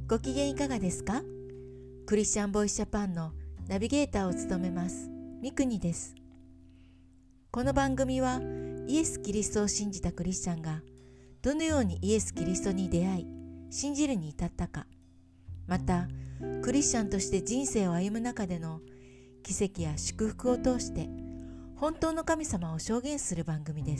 ご機嫌いかがですか？クリスチャンボイスジャパンのナビゲーターを務めます三国です。この番組はイエス・キリストを信じたクリスチャンがどのようにイエス・キリストに出会い信じるに至ったか、またクリスチャンとして人生を歩む中での奇跡や祝福を通して本当の神様を証言する番組です。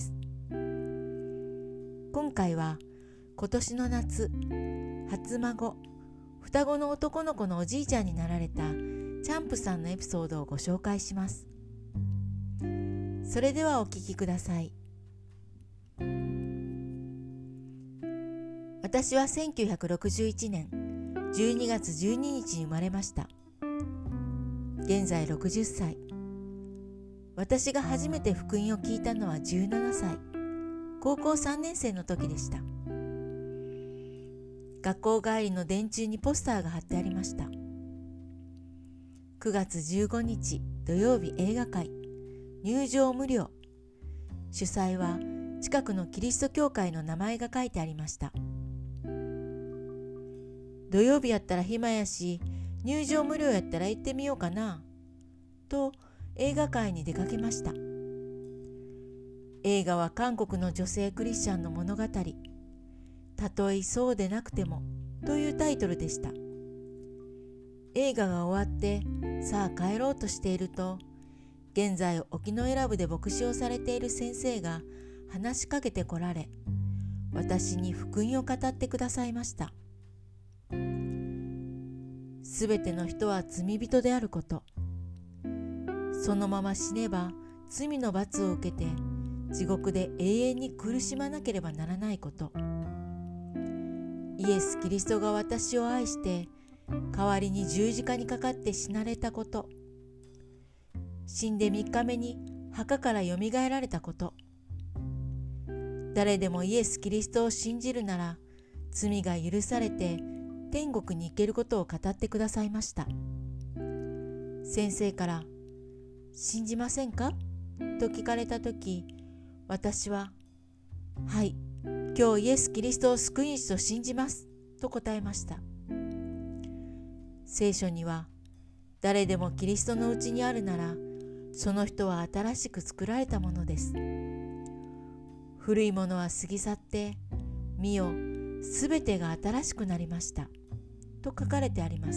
今回は今年の夏、初孫、双子の男の子のおじいちゃんになられたチャンプさんのエピソードをご紹介します。それではお聞きください。私は1961年12月12日に生まれました。現在60歳。私が初めて福音を聞いたのは17歳、高校3年生の時でした。学校帰りの電柱にポスターが貼ってありました。9月15日土曜日映画会、入場無料。主催は近くのキリスト教会の名前が書いてありました。土曜日やったら暇やし、入場無料やったら行ってみようかなと映画会に出かけました。映画は韓国の女性クリスチャンの物語、たとえそうでなくてもというタイトルでした。映画が終わってさあ帰ろうとしていると、現在沖永良部で牧師をされている先生が話しかけてこられ、私に福音を語ってくださいました。すべての人は罪人であること、そのまま死ねば罪の罰を受けて地獄で永遠に苦しまなければならないこと、イエス・キリストが私を愛して代わりに十字架にかかって死なれたこと、死んで3日目に墓からよみがえられたこと、誰でもイエス・キリストを信じるなら罪が許されて天国に行けることを語ってくださいました。先生から信じませんかと聞かれたとき、私ははい、今日イエス・キリストを救い主と信じますと答えました。聖書には、誰でもキリストのうちにあるならその人は新しく作られたものです。古いものは過ぎ去って見よ、すべてが新しくなりましたと書かれてあります。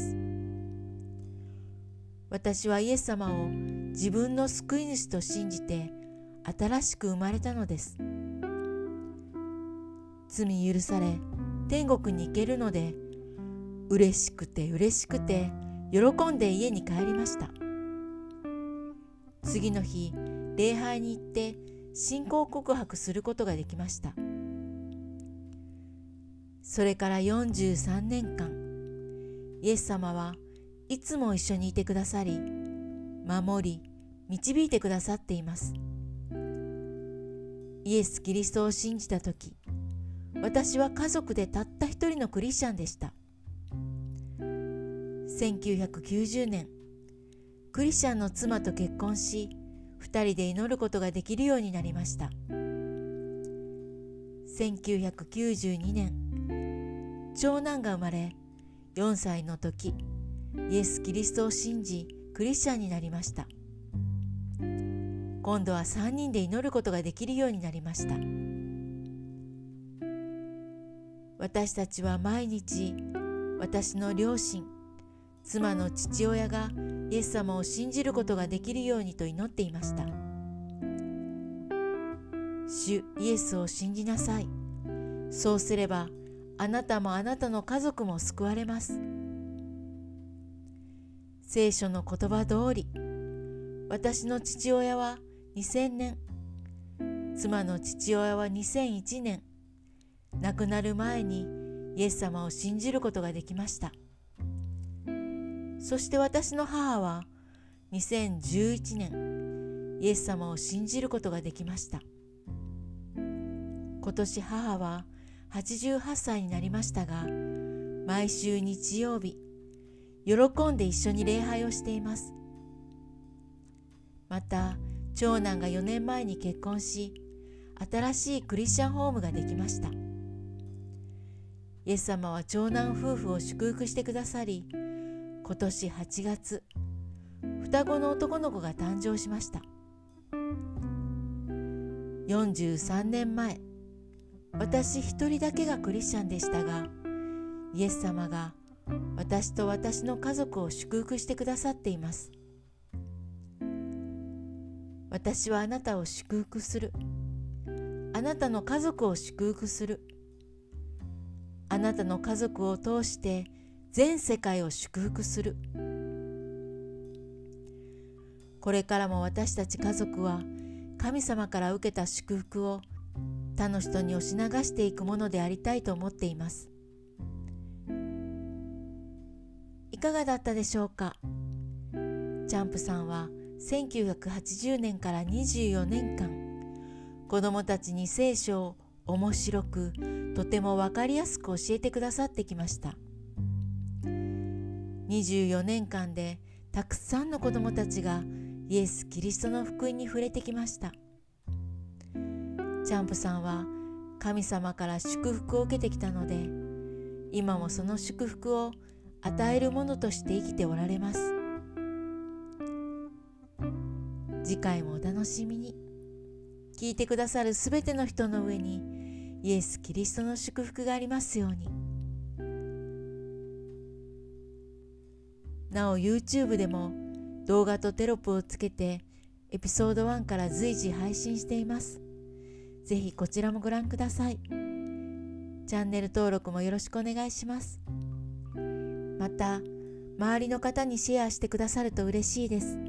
私はイエス様を自分の救い主と信じて新しく生まれたのです。罪許され天国に行けるので、嬉しくて嬉しくて喜んで家に帰りました。次の日、礼拝に行って信仰告白することができました。それから43年間、イエス様はいつも一緒にいてくださり、守り、導いてくださっています。イエス・キリストを信じたとき、私は家族でたった一人のクリスチャンでした。1990年、クリスチャンの妻と結婚し、2人で祈ることができるようになりました。1992年、長男が生まれ、4歳の時、イエス・キリストを信じ、クリスチャンになりました。今度は3人で祈ることができるようになりました。私たちは毎日、私の両親、妻の父親がイエス様を信じることができるようにと祈っていました。主イエスを信じなさい。そうすればあなたもあなたの家族も救われます。聖書の言葉通り、私の父親は2000年、妻の父親は2001年、亡くなる前にイエス様を信じることができました。そして私の母は2011年、イエス様を信じることができました。今年母は88歳になりましたが、毎週日曜日、喜んで一緒に礼拝をしています。また、長男が4年前に結婚し、新しいクリスチャンホームができました。 イエス様は長男夫婦を祝福してくださり、今年8月、双子の男の子が誕生しました。43年前、私一人だけがクリスチャンでしたが、イエス様が私と私の家族を祝福してくださっています。私はあなたを祝福する。あなたの家族を祝福する。あなたの家族を通して全世界を祝福する。これからも私たち家族は神様から受けた祝福を他の人に押し流していくものでありたいと思っています。いかがだったでしょうか。チャンプさんは1980年から24年間、子どもたちに聖書を面白く、とても分かりやすく教えてくださってきました。24年間でたくさんの子どもたちがイエス・キリストの福音に触れてきました。チャンプさんは神様から祝福を受けてきたので、今もその祝福を与えるものとして生きておられます。次回もお楽しみに。聞いてくださるすべての人の上にイエス・キリストの祝福がありますように。なお YouTube でも動画とテロップをつけてエピソード1から随時配信しています。ぜひこちらもご覧ください。チャンネル登録もよろしくお願いします。また、周りの方にシェアしてくださると嬉しいです。